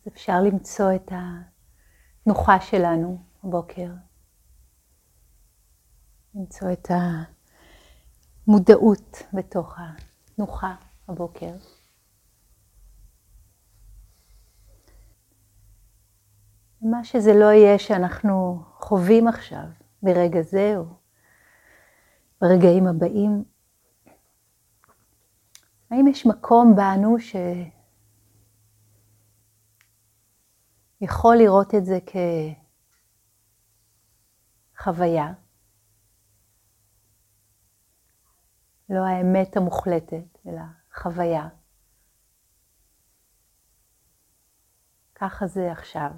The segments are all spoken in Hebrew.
אז אפשר למצוא את התנוחה שלנו בבוקר. למצוא את המודעות בתוך התנוחה בבוקר. מה שזה לא יהיה שאנחנו חווים עכשיו, ברגע זה או ברגעים הבאים. האם יש מקום בנו שיכול לראות את זה כחוויה? לא האמת המוחלטת, אלא חוויה. ככה זה עכשיו.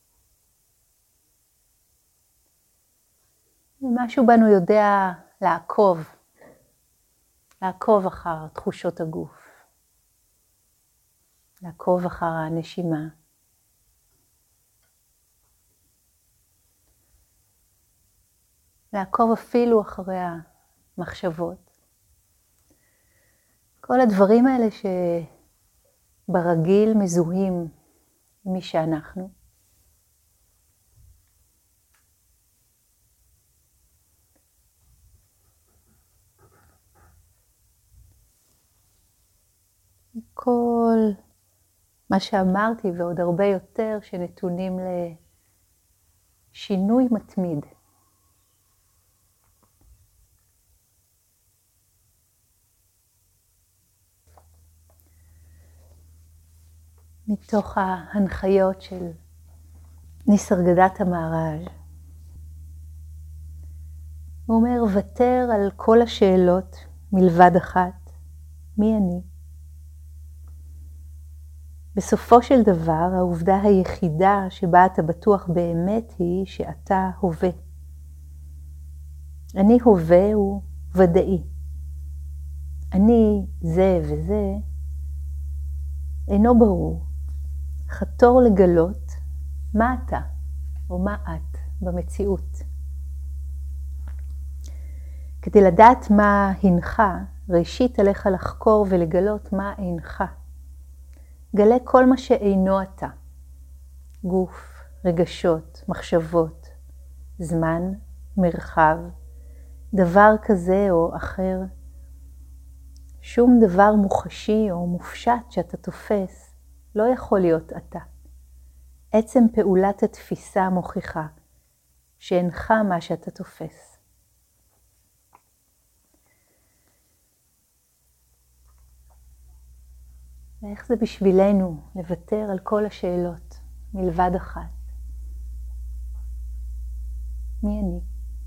ומשהו בנו יודע לעקוב אחר תחושות הגוף. לעקוב אחר הנשימה. לעקוב אפילו אחרי המחשבות. כל הדברים האלה שברגיל מזוהים עם מי שאנחנו. כל מה שאמרתי ועוד הרבה יותר שנתונים לשינוי מתמיד. מתוך ההנחיות של ניסרגדת המהראז'. הוא אומר, ותר על כל השאלות מלבד אחת, מי אני? בסופו של דבר, העובדה היחידה שבה אתה בטוח באמת היא שאתה הווה. אני הווה הוא ודאי. אני זה וזה אינו ברור. חתור לגלות מה אתה או מה את במציאות. כדי לדעת מה הינך, ראשית עליך לחקור ולגלות מה אינך. גלה כל מה שאינו אתה. גוף, רגשות, מחשבות, זמן, מרחב, דבר כזה או אחר. שום דבר מוחשי או מופשט שאתה תופס לא יכול להיות אתה. עצם פעולת התפיסה מוכיחה שאינך מה שאתה תופס. ואיך זה בשבילנו לוותר על כל השאלות מלבד אחת? מי אני?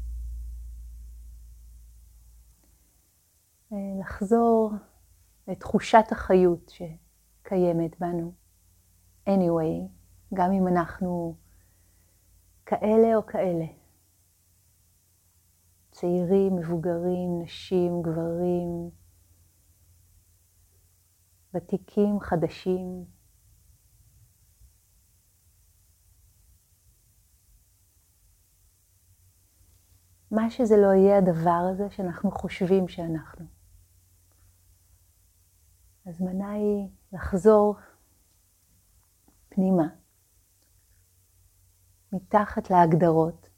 לחזור לתחושת החיות שקיימת בנו. anyway, גם אם אנחנו כאלה או כאלה. צעירים, מבוגרים, נשים, גברים, ותיקים, חדשים. מה שזה לא יהיה הדבר הזה שאנחנו חושבים שאנחנו. הזמנה היא לחזור פנימה, מתחת להגדרות,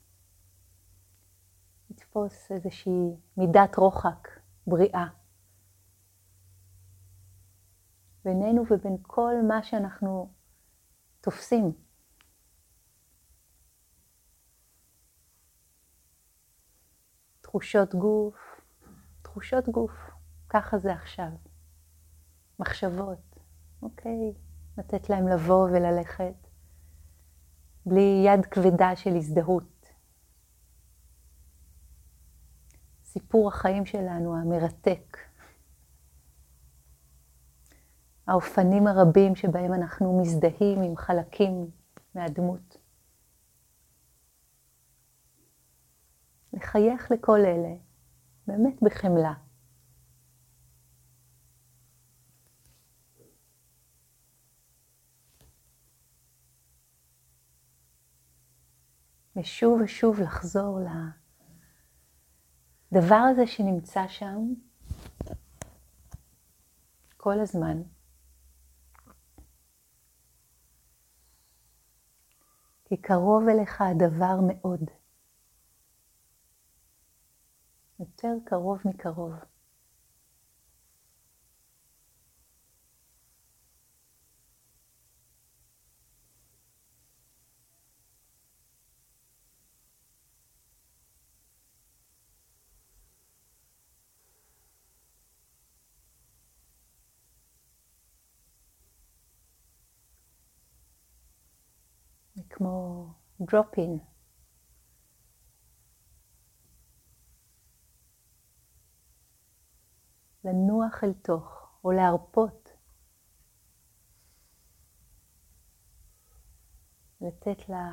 לתפוס איזושהי מידת רוחק, בריאה, בינינו ובין כל מה שאנחנו תופסים. תחושות גוף, ככה זה עכשיו. מחשבות, אוקיי, לתת להם לבוא וללכת, בלי יד כבדה של הזדהות. סיפור החיים שלנו המרתק. האופנים הרבים שבהם אנחנו מזדהים עם חלקים מהדמות. לחייך לכל אלה, באמת בחמלה. ושוב ושוב לחזור לדבר הזה שנמצא שם כל הזמן. כי קרוב אליך הדבר מאוד. יותר קרוב מקרוב. כמו drop-in. לנוח אל תוך, או להרפות. לתת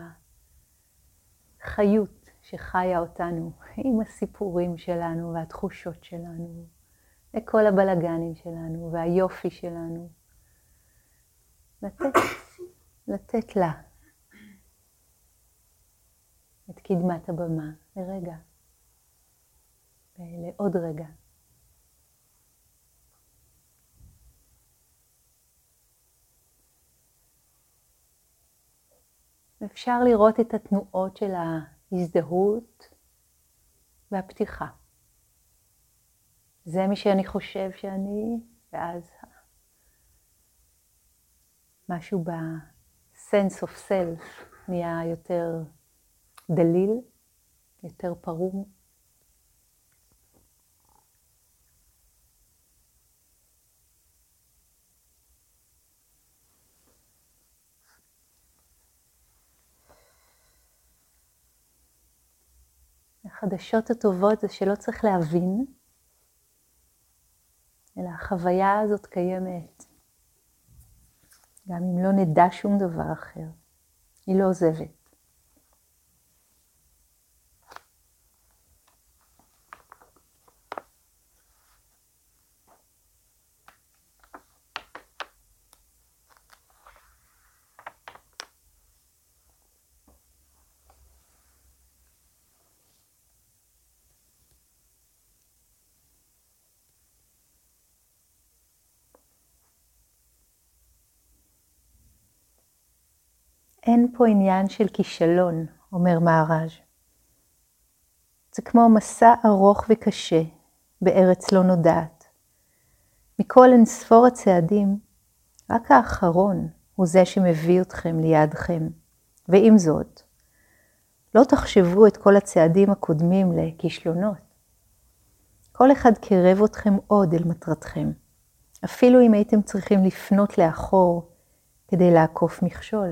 לחיות שחיה אותנו, עם הסיפורים שלנו והתחושות שלנו, וכל הבלגנים שלנו והיופי שלנו. לתת לה את קדמת הבמה לרגע, ולעוד רגע. אפשר לראות את התנועות של ההזדהות והפתיחה. זה מי שאני חושב שאני, ואז משהו ב-sense of self נהיה יותר דליל, יותר פרום. החדשות הטובות זה שלא צריך להבין, אלא החוויה הזאת קיימת. גם אם לא נדע שום דבר אחר, היא לא עוזבת. אין פה עניין של כישלון, אומר מהראז'. זה כמו מסע ארוך וקשה בארץ לא נודעת. מכל אינספור הצעדים, רק האחרון הוא זה שמביא אתכם ליעדכם. ועם זאת, לא תחשבו את כל הצעדים הקודמים לכישלונות. כל אחד קרב אתכם עוד אל מטרתכם, אפילו אם הייתם צריכים לפנות לאחור כדי לעקוף מכשול.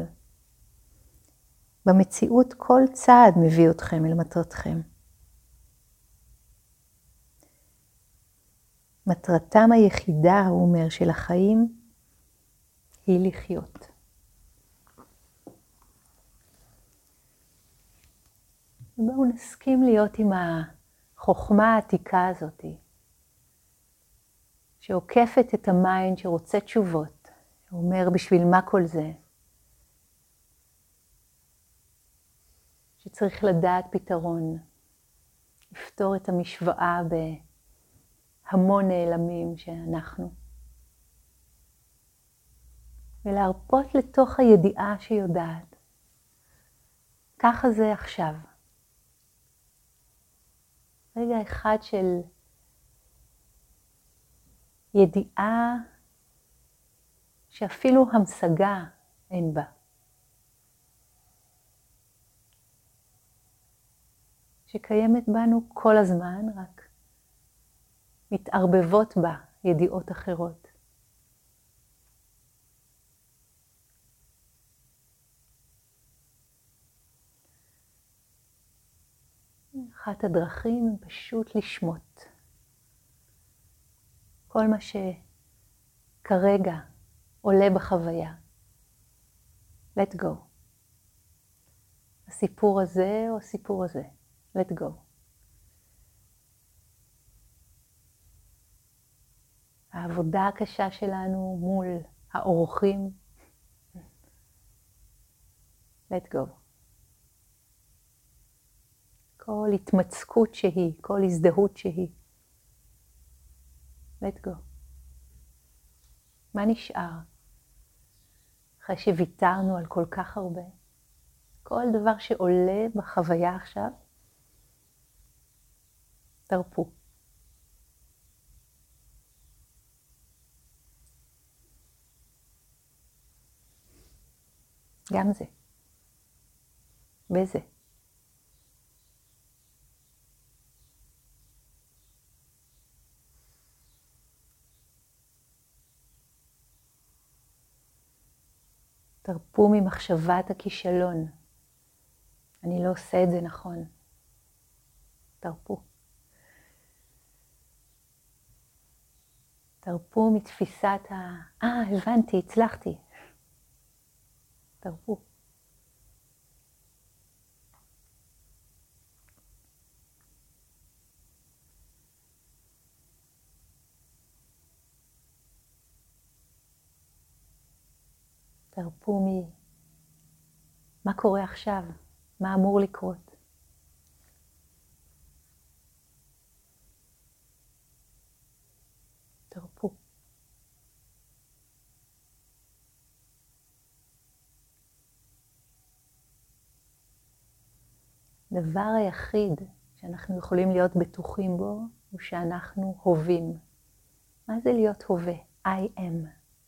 במציאות כל צעד מביא אתכם אל מטרתכם. מטרתם היחידה, הוא אומר, של החיים, היא לחיות. ובואו נסכים להיות עם החוכמה העתיקה הזאת, שעוקפת את המיינד, שרוצה תשובות. הוא אומר, בשביל מה כל זה? שצריך לדעת פתרון, לפתור את המשוואה בהמון נעלמים שאנחנו. ולהרפות לתוך הידיעה שיודעת. ככה זה עכשיו. רגע אחד של ידיעה שאפילו המשגה אין בה. שקיימת בנו כל הזמן, רק מתערבבות בה ידיעות אחרות. אחת הדרכים היא פשוט לשמות. כל מה שכרגע עולה בחוויה. Let go. הסיפור הזה או הסיפור הזה. Let go. העבודה הקשה שלנו מול האורחים. Let go. כל התמצקות שהיא, כל הזדהות שהיא. Let go. מה נשאר? אחרי שוויתרנו על כל כך הרבה. כל דבר שעולה בחוויה עכשיו, תרפו. גם זה. בזה. תרפו ממחשבת הכישלון. אני לא עושה את זה נכון. תרפו. תרפו מתפיסת הבנתי, הצלחתי. תרפו. תרפו מה קורה עכשיו, מה אמור לקרות. תרפו. הדבר היחיד שאנחנו יכולים להיות בטוחים בו הוא שאנחנו הווים. מה זה להיות הווה? I am.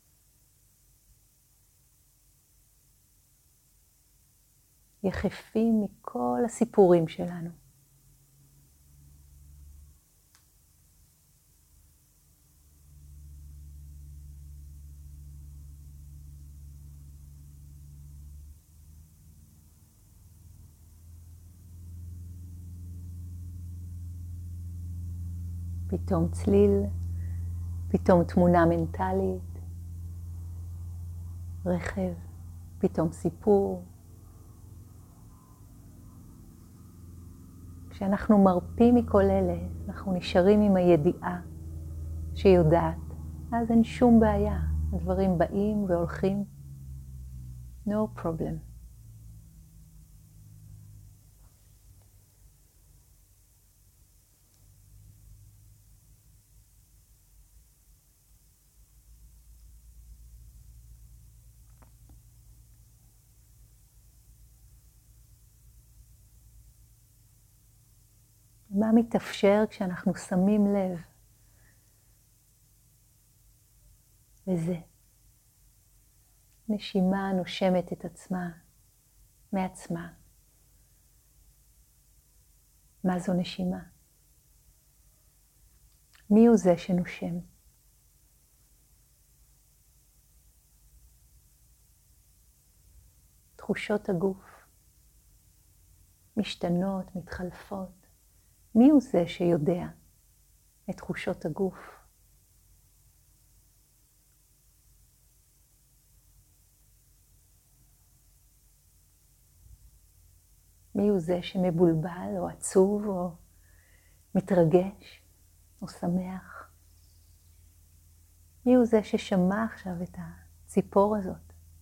יחפים מכל הסיפורים שלנו. פתאום צליל, פתאום תמונה מנטלית, רכב, פתאום סיפור. כשאנחנו מרפים מכל אלה, אנחנו נשארים עם הידיעה שיודעת, אז אין שום בעיה. הדברים באים והולכים. No problem. מה מתאפשר כשאנחנו שמים לב לזה? נשימה נושמת את עצמה מעצמה. מה זו נשימה? מי הוא זה שנושם? תחושות הגוף משתנות, מתחלפות. מי הוא זה שיודע את תחושות הגוף? מי הוא זה שמבולבל או עצוב או מתרגש או שמח? מי הוא זה ששמע עכשיו את הציפור הזאת?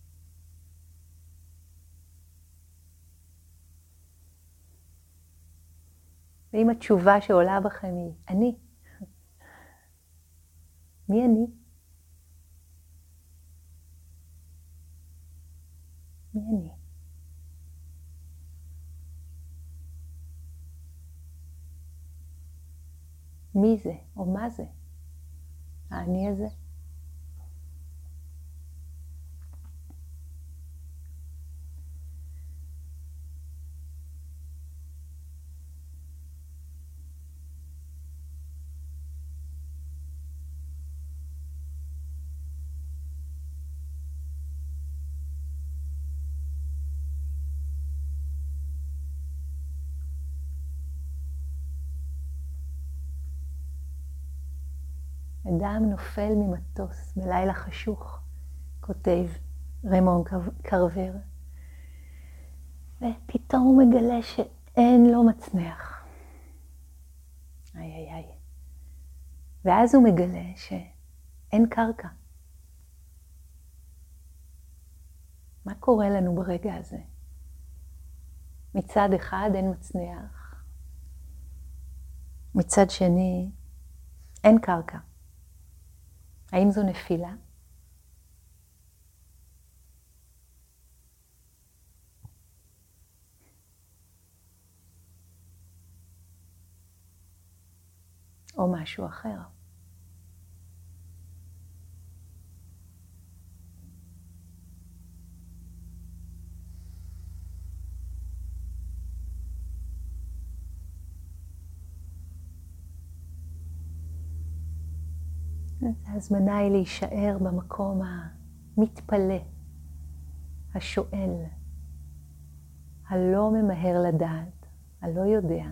ואם התשובה שעולה בכם היא, אני. מי אני? מי אני? מי זה או מה זה? האני הזה? אדם נופל ממטוס בלילה חשוך, כותב רמון קרבר, ופתאום הוא מגלה שאין לו מצנח. איי. ואז הוא מגלה שאין קרקע. מה קורה לנו ברגע הזה? מצד אחד אין מצנח, מצד שני אין קרקע. האם זו נפילה? או משהו אחר. ההזמנה היא להישאר במקום המתפלא, השואל, הלא ממהר לדעת, הלא יודע.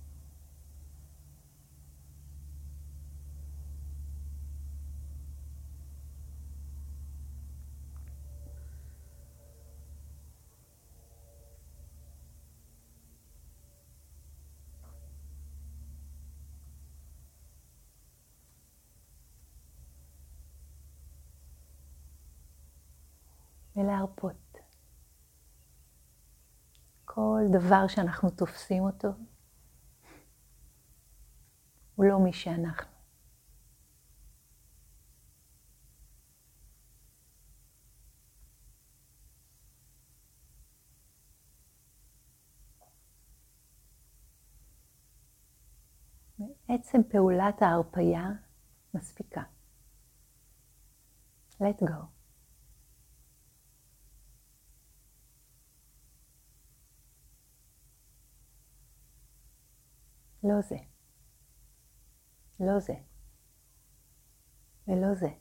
ולהרפות. כל דבר שאנחנו תופסים אותו, הוא לא מי שאנחנו. בעצם פעולת ההרפיה מספיקה. Let go. לא זה. לא זה. ולא זה.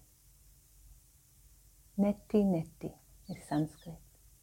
נטי נטי, בסנסקריט.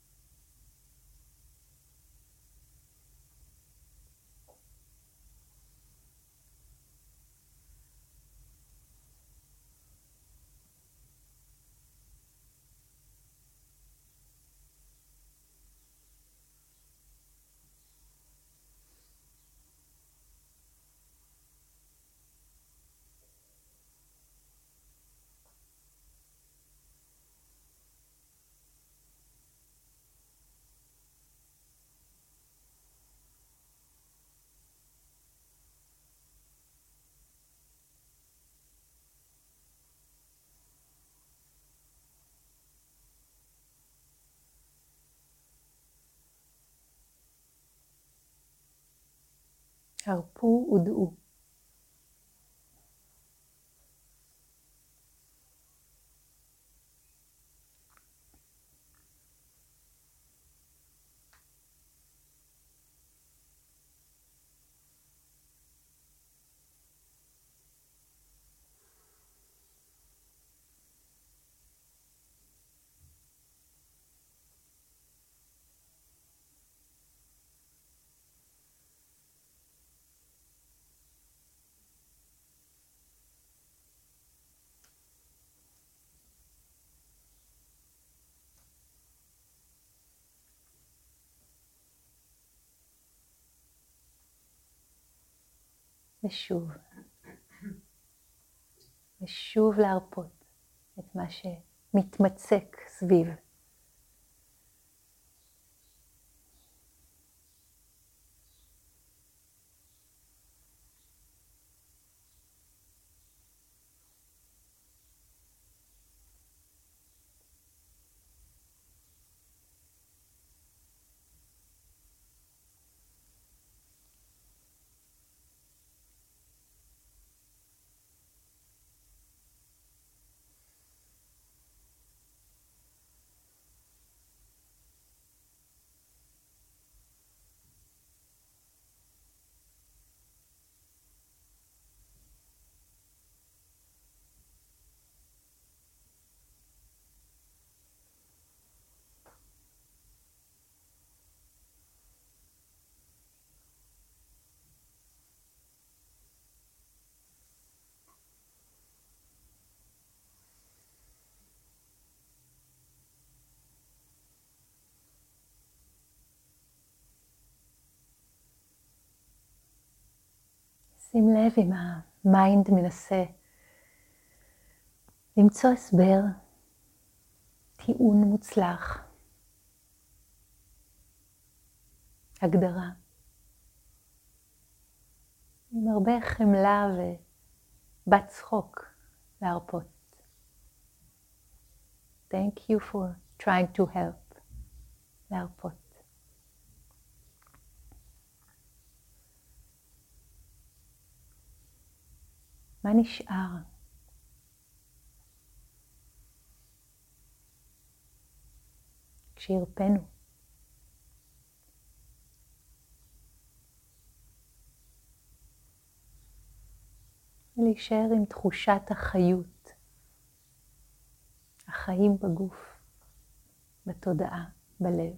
הרפו ודעו. ושוב. ושוב להרפות את מה שמתמצק סביב. שים לב אם המיינד מנסה למצוא הסבר, טיעון מוצלח, הגדרה, עם הרבה חמלה ובת צחוק להרפות. Thank you for trying to help. להרפות. מה נשאר? כשירפנו. ולהישאר עם תחושת החיות, החיים בגוף, בתודעה, בלב.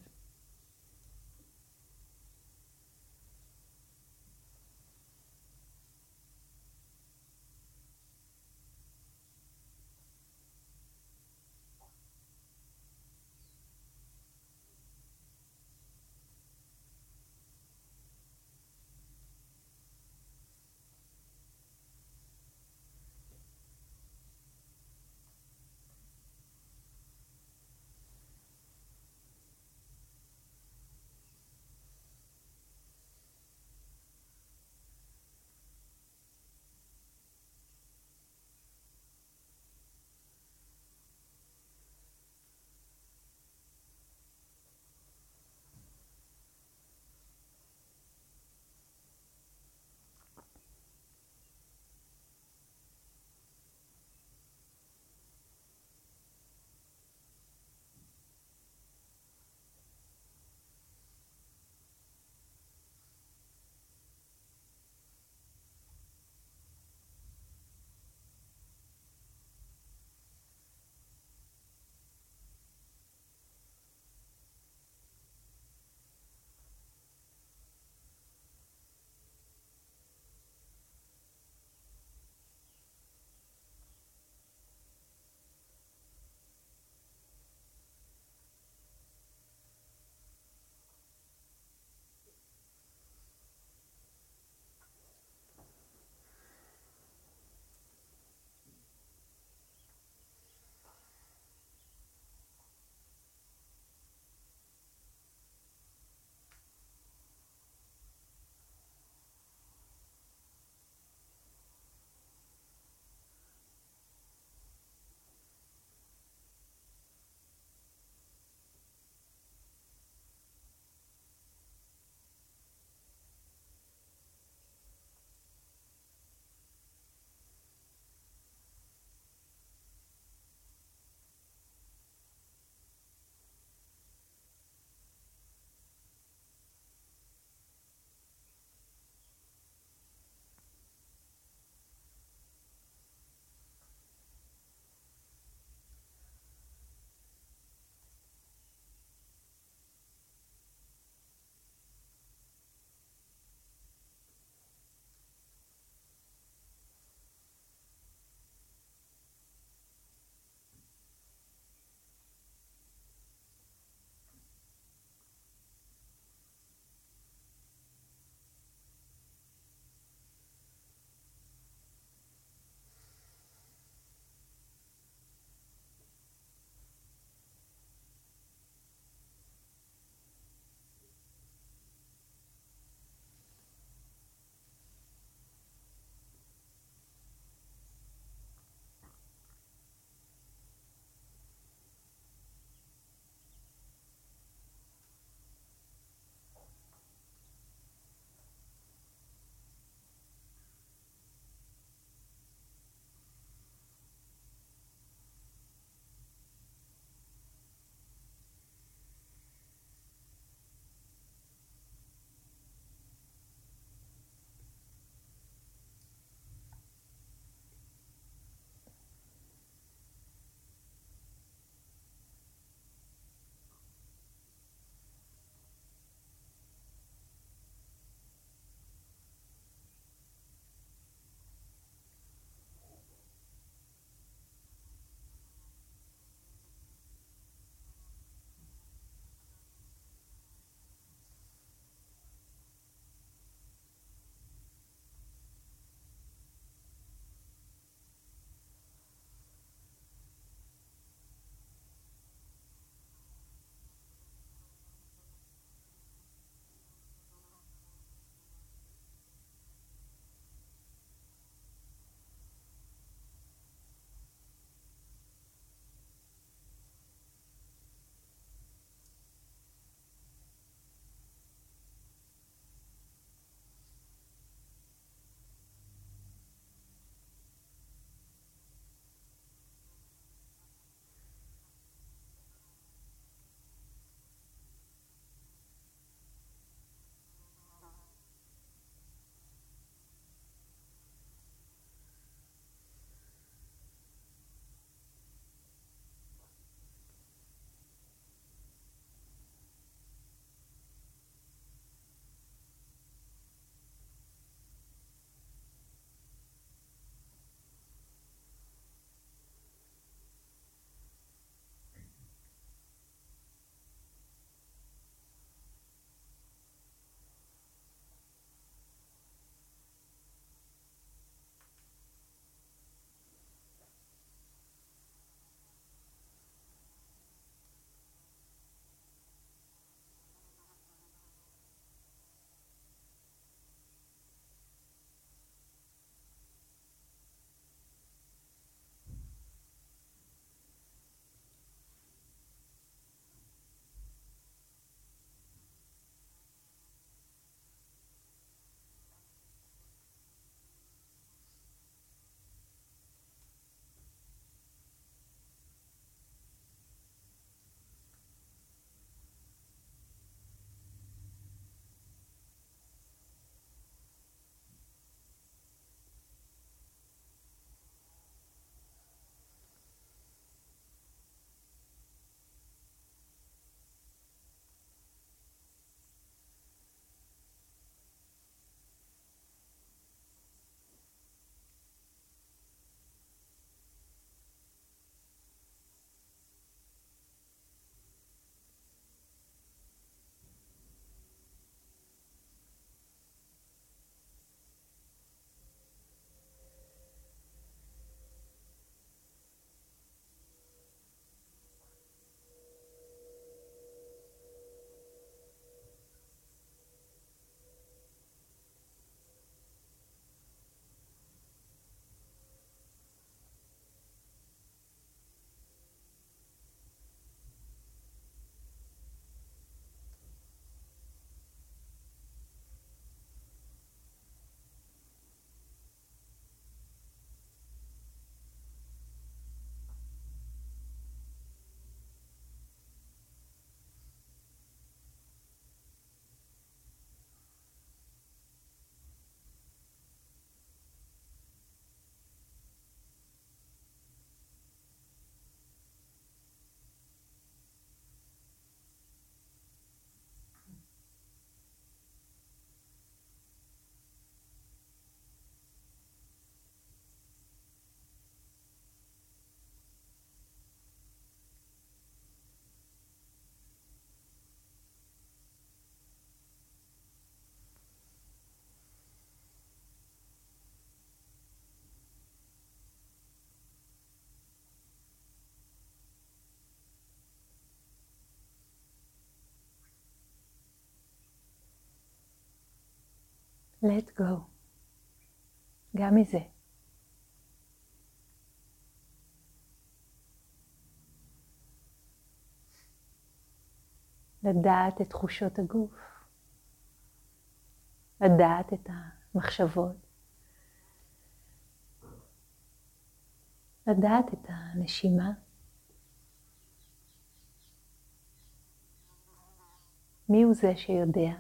let go. גם מזה. לדעת את תחושות הגוף. לדעת את המחשבות. לדעת את הנשימה. מי הוא זה שיודע?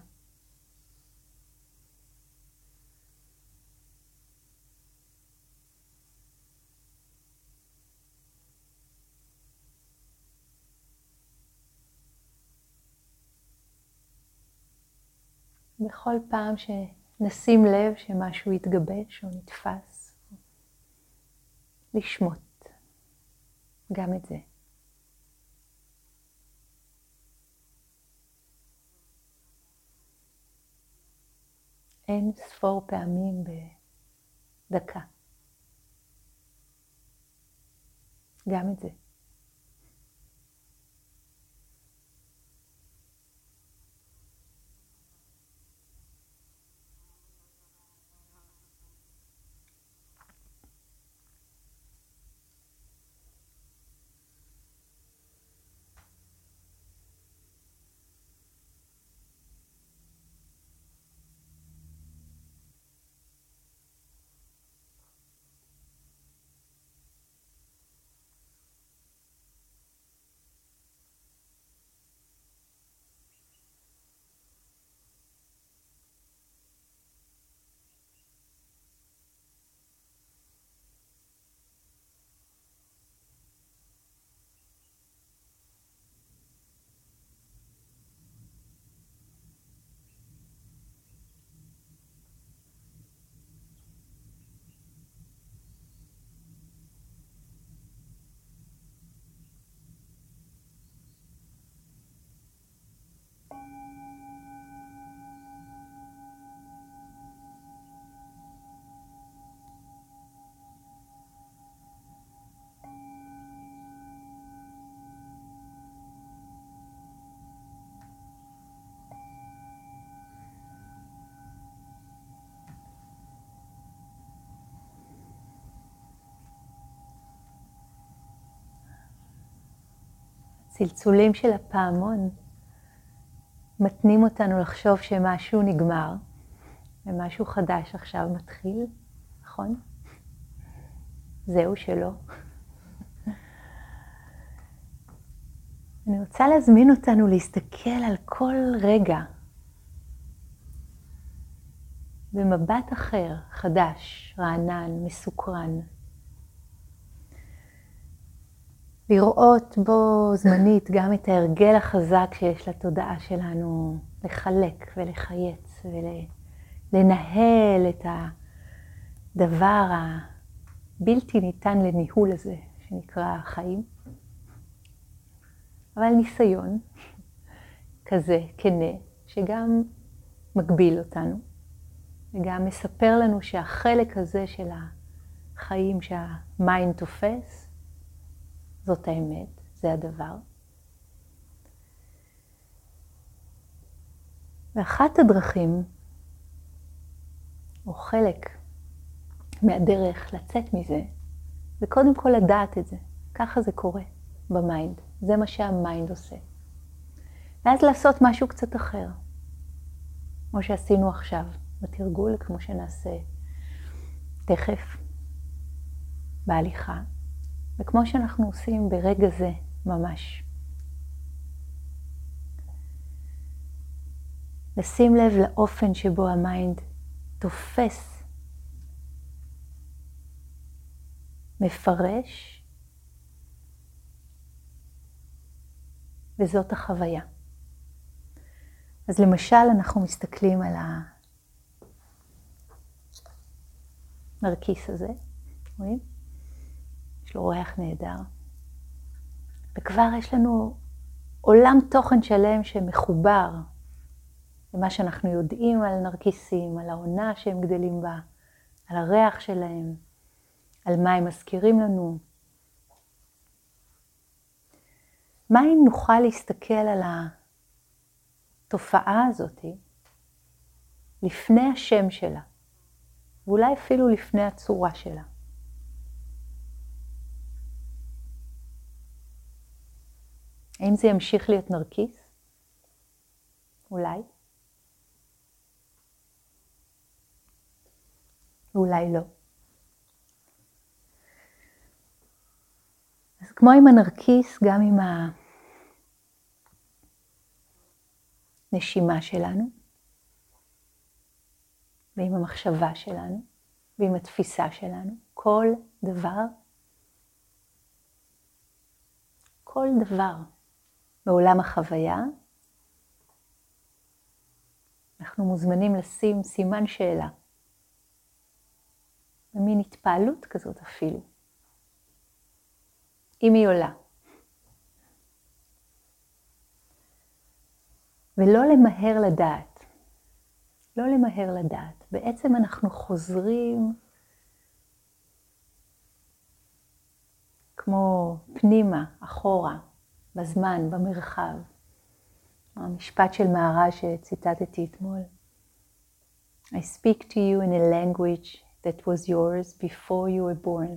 בכל פעם שנשים לב שמשהו יתגבש או נתפס, לשמות גם את זה. אין ספור פעמים בדקה. גם את זה. צלצולים של הפעמון מתנים אותנו לחשוב שמשהו נגמר ומשהו חדש עכשיו מתחיל, נכון? זהו שלא. אני רוצה להזמין אותנו להסתכל על כל רגע במבט אחר, חדש, רענן, מסוקרן. לראות בו זמנית גם את ההרגל החזק שיש לתודעה שלנו לחלק ולחייץ ולנהל את הדבר הבלתי ניתן לניהול הזה שנקרא חיים. אבל ניסיון כזה כנה שגם מגביל אותנו וגם מספר לנו שהחלק הזה של החיים שהמיינד תופס זאת האמת, זה הדבר. ואחת הדרכים, או חלק מהדרך לצאת מזה, זה קודם כל לדעת את זה. ככה זה קורה במיינד. זה מה שהמיינד עושה. ואז לעשות משהו קצת אחר. כמו שעשינו עכשיו בתרגול, כמו שנעשה תכף בהליכה. וכמו שאנחנו עושים ברגע זה ממש. לשים לב לאופן שבו המיינד תופס, מפרש, וזאת החוויה. אז למשל אנחנו מסתכלים על הנרקיס הזה, רואים? יש לו ריח נהדר. וכבר יש לנו עולם תוכן שלם שמחובר למה שאנחנו יודעים על נרקיסים, על העונה שהם גדלים בה, על הריח שלהם, על מה הם מזכירים לנו. מה אם נוכל להסתכל על התופעה הזאת לפני השם שלה, ואולי אפילו לפני הצורה שלה. האם זה ימשיך להיות נרקיס? אולי. ואולי לא. אז כמו עם הנרקיס, גם עם הנשימה שלנו, ועם המחשבה שלנו, ועם התפיסה שלנו, כל דבר בעולם החוויה, אנחנו מוזמנים לשים סימן שאלה, במין התפעלות כזאת אפילו, אם היא עולה. ולא למהר לדעת. לא למהר לדעת. בעצם אנחנו חוזרים כמו פנימה, אחורה, בזמן, במרחב. המשפט של מהר"ז שציטטתי אתמול. I speak to you in a language that was yours before you were born.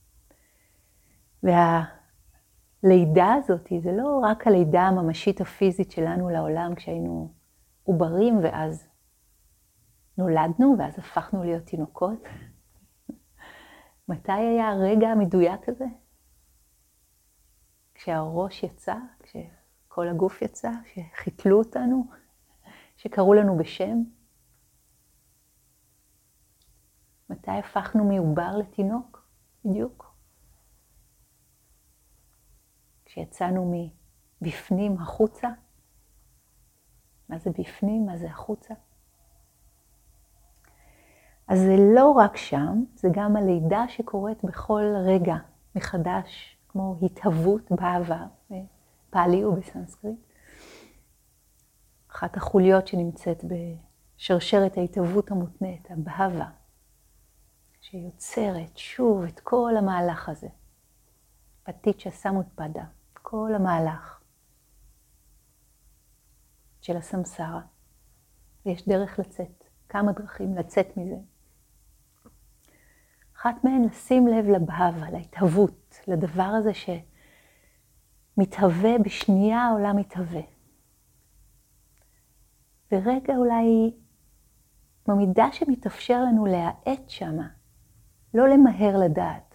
והלידה הזאת זה לא רק הלידה הממשית הפיזית שלנו לעולם כשהיינו עוברים ואז נולדנו ואז הפכנו להיות תינוקות. מתי היה הרגע המדויק הזה? כשהראש יצא, כשכל הגוף יצא, כשחיתלו אותנו, שקראו לנו בשם. מתי הפכנו מעובר לתינוק? בדיוק. כשיצאנו מבפנים החוצה. מה זה בפנים? מה זה החוצה? אז זה לא רק שם, זה גם הלידה שקורית בכל רגע מחדש, כמו התהוות בעבר, בפאלי ובסנסקריט. אחת החוליות שנמצאת בשרשרת ההתהוות המותנית, הבהבה, שיוצרת שוב את כל המהלך הזה. פטיצ'ה סמוטפדה, כל המהלך של הסמסרה. ויש דרך לצאת, כמה דרכים לצאת מזה. אחת מהן לשים לב לבהבה, להתהוות, לדבר הזה שמתהווה בשנייה העולם מתהווה. ורגע אולי במידה שמתאפשר לנו להאט שמה, לא למהר לדעת.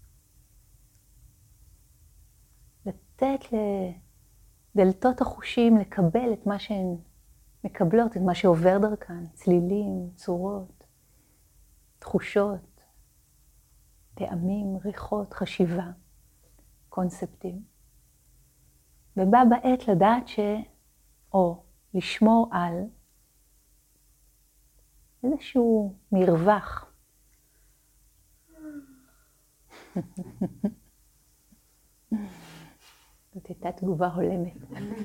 לתת לדלתות החושים לקבל את מה שהן מקבלות, את מה שעובר דרכן, צלילים, צורות, תחושות, טעמים, ריחות, חשיבה, קונספטים. ובא בעת לדעת או לשמור על איזשהו מרווח. זאת הייתה תגובה הולמת.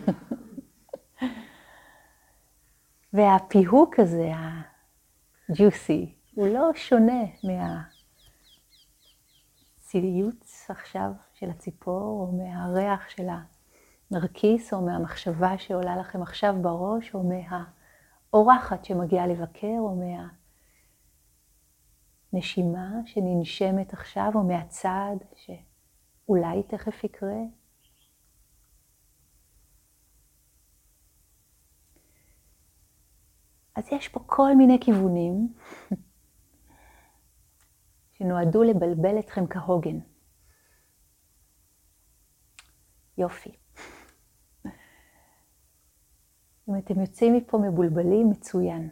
והפיהוק הזה, הג'וסי, הוא לא שונה מהציוץ עכשיו של הציפור, או מהריח של הנרקיס, או מהמחשבה שעולה לכם עכשיו בראש, או מהאורחת שמגיעה לבקר, או מהנשימה שננשמת עכשיו, או מהצעד שאולי תכף יקרה. אז יש פה כל מיני כיוונים שנועדו לבלבל אתכם כהוגן. יופי. אם אתם יוצאים מפה מבולבלים, מצוין.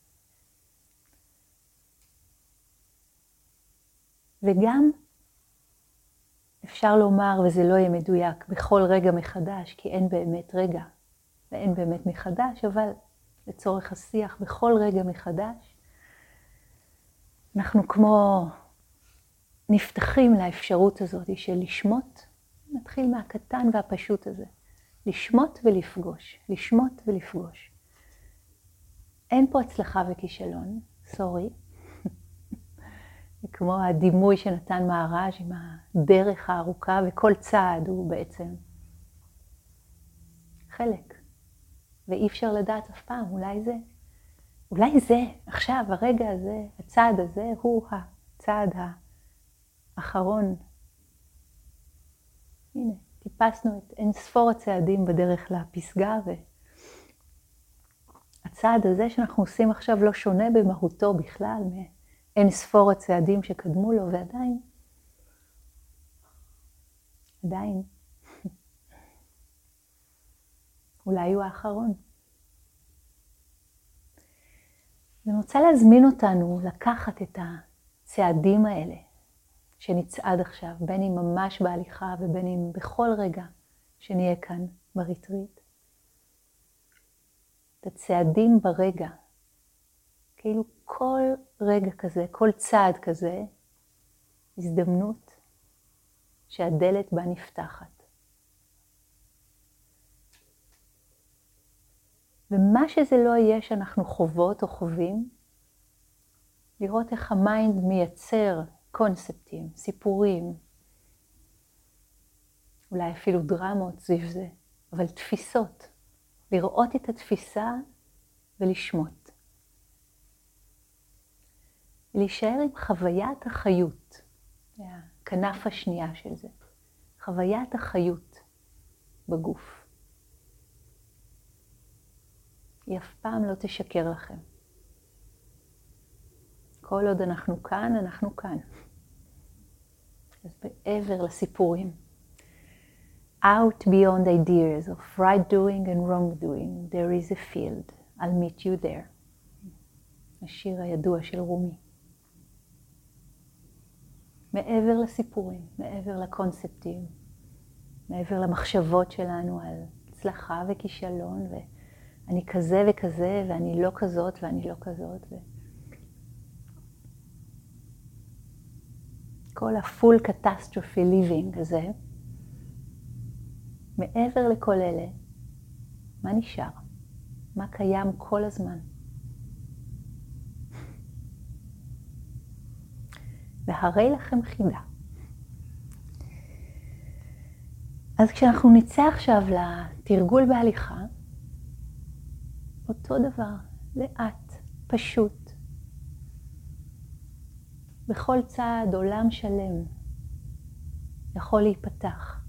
וגם אפשר לומר, וזה לא יהיה מדויק, בכל רגע מחדש, כי אין באמת רגע, ואין באמת מחדש, אבל לצורך השיח, בכל רגע מחדש, אנחנו כמו נפתחים לאפשרות הזאת של לשמות, נתחיל מהקטן והפשוט הזה, לשמות ולפגוש, לשמות ולפגוש. אין פה הצלחה וכישלון, סורי. כמו הדימוי שנתן מהר"ש עם הדרך הארוכה, וכל צעד הוא בעצם חלק. ואי אפשר לדעת אף פעם, אולי זה אולי זה, עכשיו, הרגע הזה, הצעד הזה, הוא הצעד האחרון. הנה, טיפסנו את אין ספור הצעדים בדרך לפסגה, והצעד הזה שאנחנו עושים עכשיו לא שונה במהותו בכלל מאין ספור הצעדים שקדמו לו, ועדיין, אולי הוא האחרון. אני רוצה להזמין אותנו לקחת את הצעדים האלה שנצעד עכשיו, בין אם ממש בהליכה ובין אם בכל רגע שנהיה כאן בריטריט. את הצעדים ברגע, כאילו כל רגע כזה, כל צעד כזה, הזדמנות שהדלת בה נפתחת. ומה שזה לא יהיה שאנחנו חוות או חווים, לראות איך המיינד מייצר קונספטים, סיפורים, אולי אפילו דרמות סביב זה, אבל תפיסות. לראות את התפיסה ולשמות. להישאר עם חוויית החיות, הכנף השנייה של זה. חוויית החיות בגוף. היא אף פעם לא תשקר לכם. כל עוד אנחנו כאן, אנחנו כאן. אז בעבר לסיפורים. Out beyond ideas of right doing and wrong doing, there is a field. I'll meet you there. השיר הידוע של רומי. מעבר לסיפורים, מעבר לקונספטים, מעבר למחשבות שלנו על הצלחה וכישלון, ואני כזה וכזה, ואני לא כזאת ואני לא כזאת. כל ה-full catastrophe living הזה, מעבר לכל אלה, מה נשאר? מה קיים כל הזמן? והרי לכם חידה. אז כשאנחנו נצא עכשיו לתרגול בהליכה, אותו דבר, לאט, פשוט. בכל צעד עולם שלם יכול להיפתח.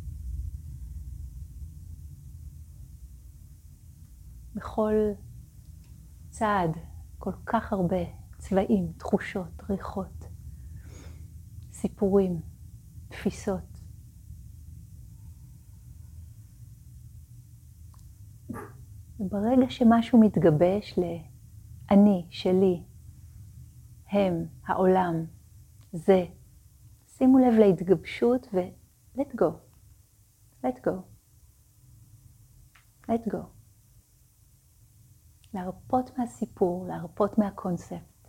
בכל צעד כל כך הרבה צבעים, תחושות, ריחות, סיפורים, תפיסות. וברגע שמשהו מתגבש לאני, שלי, הם, העולם, זה, שימו לב להתגבשות ו-let go. let go. let go. להרפות מהסיפור, להרפות מהקונספט.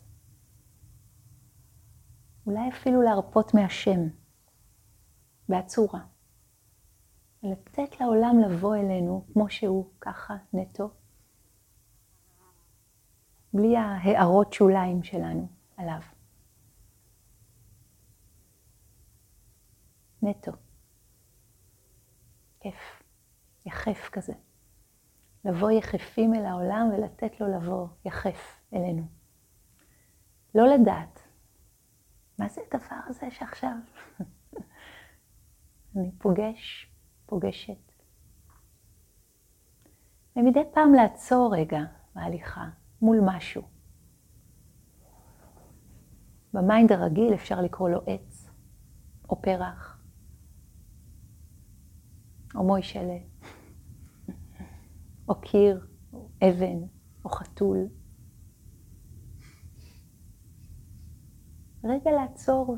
אולי אפילו להרפות מהשם, והצורה. לתת לעולם לבוא אלינו כמו שהוא, ככה, נטו. בלי ההערות שוליים שלנו עליו. נטו. כיף. יחף כזה. לבוא יחפים אל העולם ולתת לו לבוא יחף אלינו. לא לדעת. מה זה הדבר הזה שעכשיו? אני פוגשת. ומדי פעם לעצור רגע בהליכה מול משהו. במיינד הרגיל אפשר לקרוא לו עץ, או פרח, או מוישלה, או קיר, או אבן, או חתול. רגע לעצור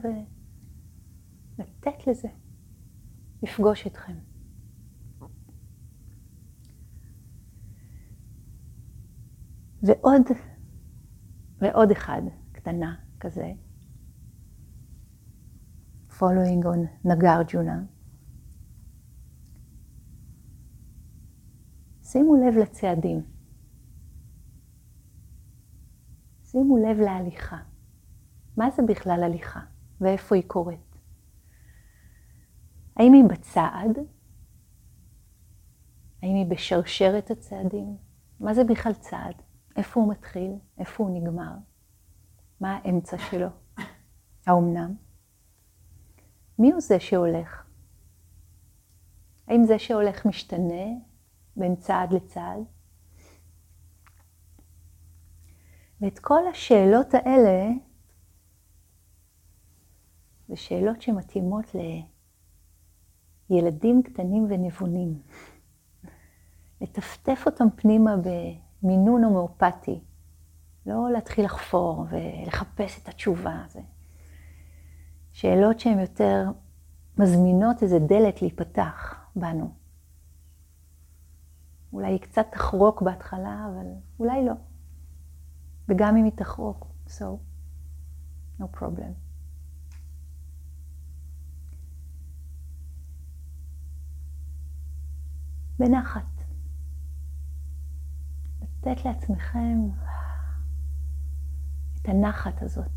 ולתת לזה, לפגוש אתכם. ועוד אחד, קטנה כזה, following on Nagarjuna. שימו לב לצעדים. שימו לב להליכה. מה זה בכלל הליכה? ואיפה היא קורית? האם היא בצעד? האם היא בשרשרת הצעדים? מה זה בכלל צעד? איפה הוא מתחיל? איפה הוא נגמר? מה האמצע שלו? האומנם? מי הוא זה שהולך? האם זה שהולך משתנה בין צעד לצעד? ואת כל השאלות האלה, זה שאלות שמתאימות לילדים קטנים ונבונים. לטפטף אותם פנימה במינון הומאופתי. לא להתחיל לחפור ולחפש את התשובה הזה. שאלות שהן יותר מזמינות איזה דלת להיפתח בנו. אולי היא קצת תחרוק בהתחלה, אבל אולי לא. וגם אם היא תחרוק, so, no problem. בנחת. לתת לעצמכם את הנחת הזאת.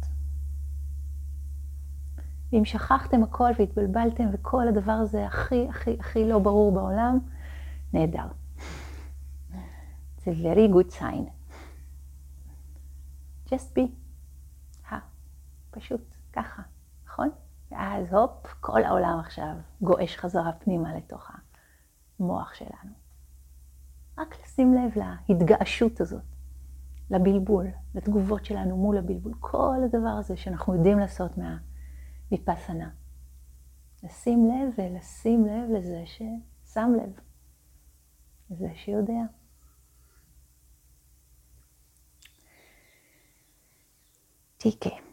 ואם שכחתם הכל והתבלבלתם וכל הדבר הזה הכי לא ברור בעולם, נהדר. It's a very good sign. just be. פשוט ככה, נכון? ואז הופ, כל העולם עכשיו גועש חזרה פנימה לתוך המוח שלנו. רק לשים לב להתגעשות הזאת, לבלבול, לתגובות שלנו מול הבלבול. כל הדבר הזה שאנחנו יודעים לעשות מהוויפאסנה. לשים לב ולשים לב לזה ששם לב. לזה שיודע. ठीक है।